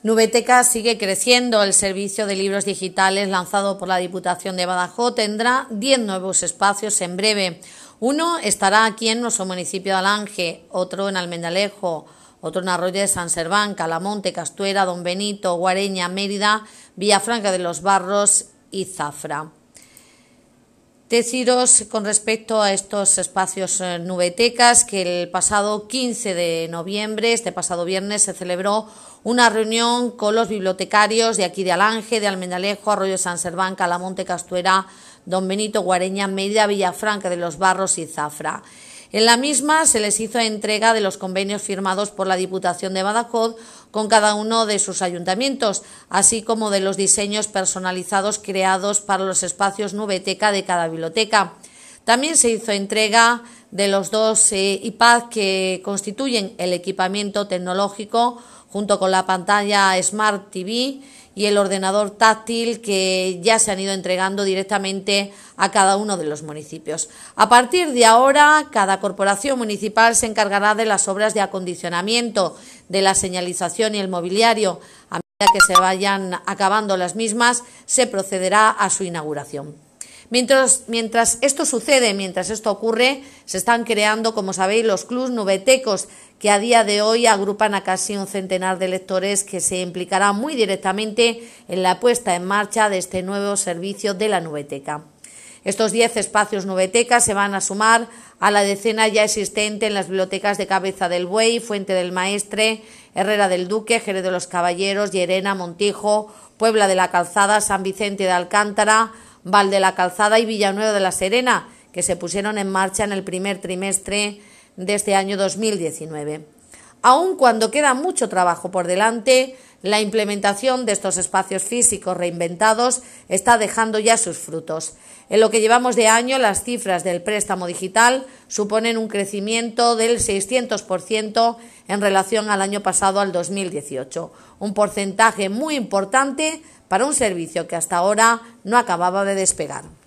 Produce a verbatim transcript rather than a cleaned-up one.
Nubeteca sigue creciendo. El servicio de libros digitales lanzado por la Diputación de Badajoz tendrá diez nuevos espacios en breve. Uno estará aquí en nuestro municipio de Alange, otro en Almendalejo, otro en Arroyo de San Serván, Calamonte, Castuera, Don Benito, Guareña, Mérida, Villafranca de los Barros y Zafra. Deciros con respecto a estos espacios eh, Nubetecas que el pasado quince de noviembre, este pasado viernes, se celebró una reunión con los bibliotecarios de aquí de Alange, de Almendalejo, Arroyo de San Serván, Calamonte, Castuera, Don Benito, Guareña, Mérida, Villafranca de los Barros y Zafra. En la misma se les hizo entrega de los convenios firmados por la Diputación de Badajoz con cada uno de sus ayuntamientos, así como de los diseños personalizados creados para los espacios Nubeteca de cada biblioteca. También se hizo entrega de los dos eh, iPad que constituyen el equipamiento tecnológico junto con la pantalla Smart T V y el ordenador táctil que ya se han ido entregando directamente a cada uno de los municipios. A partir de ahora, cada corporación municipal se encargará de las obras de acondicionamiento, de la señalización y el mobiliario. A medida que se vayan acabando las mismas, se procederá a su inauguración. Mientras, mientras esto sucede, mientras esto ocurre, se están creando, como sabéis, los clubs nubetecos, que a día de hoy agrupan a casi un centenar de lectores que se implicarán muy directamente en la puesta en marcha de este nuevo servicio de la Nubeteca. Estos diez espacios Nubeteca se van a sumar a la decena ya existente en las bibliotecas de Cabeza del Buey, Fuente del Maestre, Herrera del Duque, Jerez de los Caballeros, Llerena, Montijo, Puebla de la Calzada, San Vicente de Alcántara, Val de la Calzada y Villanueva de la Serena, que se pusieron en marcha en el primer trimestre de este año dos mil diecinueve. Aun cuando queda mucho trabajo por delante, la implementación de estos espacios físicos reinventados está dejando ya sus frutos. En lo que llevamos de año, las cifras del préstamo digital suponen un crecimiento del seiscientos por ciento en relación al año pasado, al dos mil dieciocho, un porcentaje muy importante para un servicio que hasta ahora no acababa de despegar.